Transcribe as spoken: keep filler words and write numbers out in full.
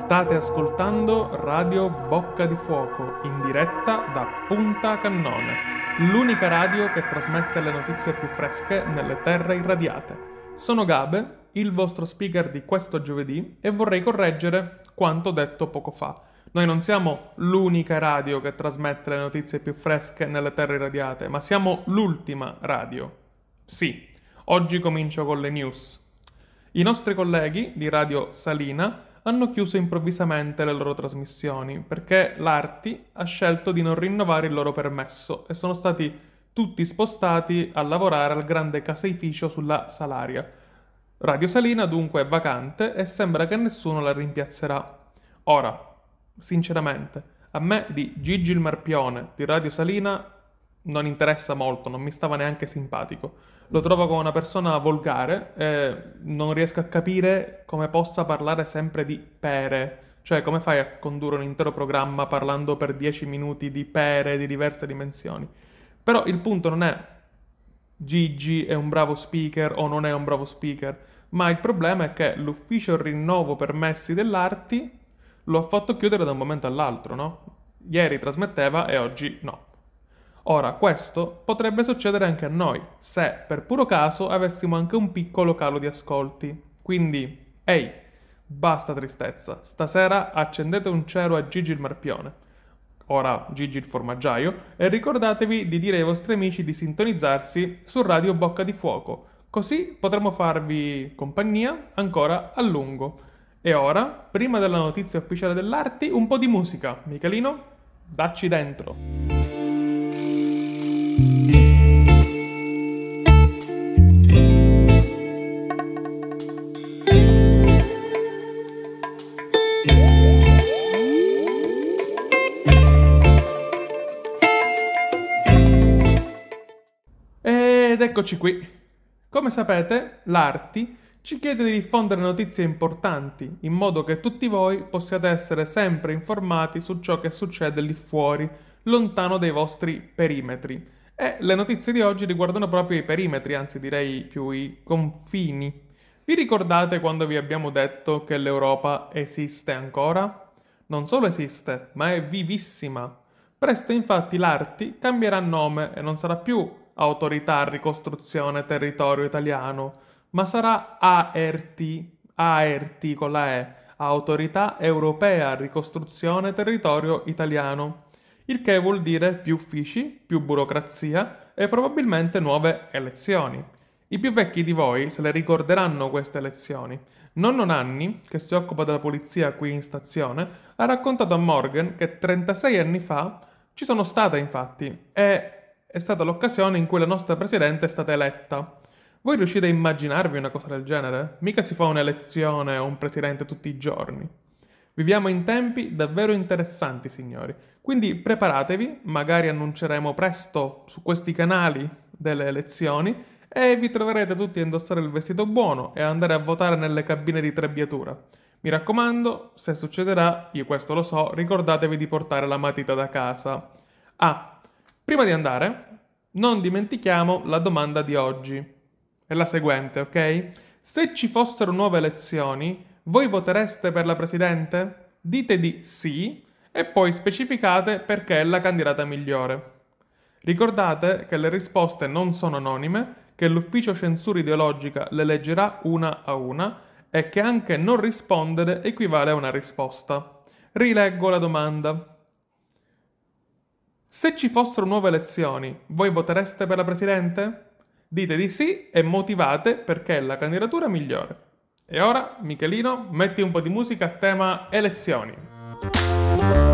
State ascoltando Radio Bocca di Fuoco, in diretta da Punta Cannone, l'unica radio che trasmette le notizie più fresche nelle terre irradiate. Sono Gabe, il vostro speaker di questo giovedì, e vorrei correggere quanto detto poco fa. Noi non siamo l'unica radio che trasmette le notizie più fresche nelle terre irradiate, ma siamo l'ultima radio. Sì, oggi comincio con le news. I nostri colleghi di Radio Salina hanno chiuso improvvisamente le loro trasmissioni perché l'Arti ha scelto di non rinnovare il loro permesso e sono stati tutti spostati a lavorare al grande caseificio sulla Salaria. Radio Salina dunque è vacante e sembra che nessuno la rimpiazzerà. Ora, sinceramente, a me di Gigi il Marpione di Radio Salina non interessa molto, non mi stava neanche simpatico. Lo trovo come una persona volgare e non riesco a capire come possa parlare sempre di pere. Cioè, come fai a condurre un intero programma parlando per dieci minuti di pere di diverse dimensioni? Però il punto non è Gigi è un bravo speaker o non è un bravo speaker, ma il problema è che l'ufficio rinnovo permessi dell'Arti lo ha fatto chiudere da un momento all'altro, no? Ieri trasmetteva e oggi no. Ora, questo potrebbe succedere anche a noi, se per puro caso avessimo anche un piccolo calo di ascolti. Quindi, ehi, basta tristezza, stasera accendete un cero a Gigi il Marpione, ora Gigi il Formaggiaio, e ricordatevi di dire ai vostri amici di sintonizzarsi su Radio Bocca di Fuoco, così potremo farvi compagnia ancora a lungo. E ora, prima della notizia ufficiale dell'Arti, un po' di musica. Michelino, dacci dentro. Ed eccoci qui. Come sapete, l'Arti ci chiede di diffondere notizie importanti in modo che tutti voi possiate essere sempre informati su ciò che succede lì fuori, lontano dai vostri perimetri. E le notizie di oggi riguardano proprio i perimetri, anzi direi più i confini. Vi ricordate quando vi abbiamo detto che l'Europa esiste ancora? Non solo esiste, ma è vivissima. Presto infatti l'Arti cambierà nome e non sarà più Autorità Ricostruzione Territorio Italiano, ma sarà A R T, A R T con la E, Autorità Europea Ricostruzione Territorio Italiano, il che vuol dire più uffici, più burocrazia e probabilmente nuove elezioni. I più vecchi di voi se le ricorderanno queste elezioni. Nonno Nanni, che si occupa della polizia qui in stazione, ha raccontato a Morgan che trentasei anni fa ci sono state infatti, e è stata l'occasione in cui la nostra presidente è stata eletta. Voi riuscite a immaginarvi una cosa del genere? Mica si fa un'elezione o un presidente tutti i giorni. Viviamo in tempi davvero interessanti, signori. Quindi preparatevi, magari annunceremo presto su questi canali delle elezioni e vi troverete tutti a indossare il vestito buono e andare a votare nelle cabine di trebbiatura. Mi raccomando, se succederà, io questo lo so, ricordatevi di portare la matita da casa. Ah, prima di andare, non dimentichiamo la domanda di oggi. È la seguente, ok? Se ci fossero nuove elezioni, voi votereste per la presidente? Dite di sì e poi specificate perché è la candidata migliore. Ricordate che le risposte non sono anonime, che l'ufficio censura ideologica le leggerà una a una e che anche non rispondere equivale a una risposta. Rileggo la domanda. Se ci fossero nuove elezioni, voi votereste per la presidente? Dite di sì e motivate perché è la candidatura migliore. E ora, Michelino, metti un po' di musica a tema elezioni.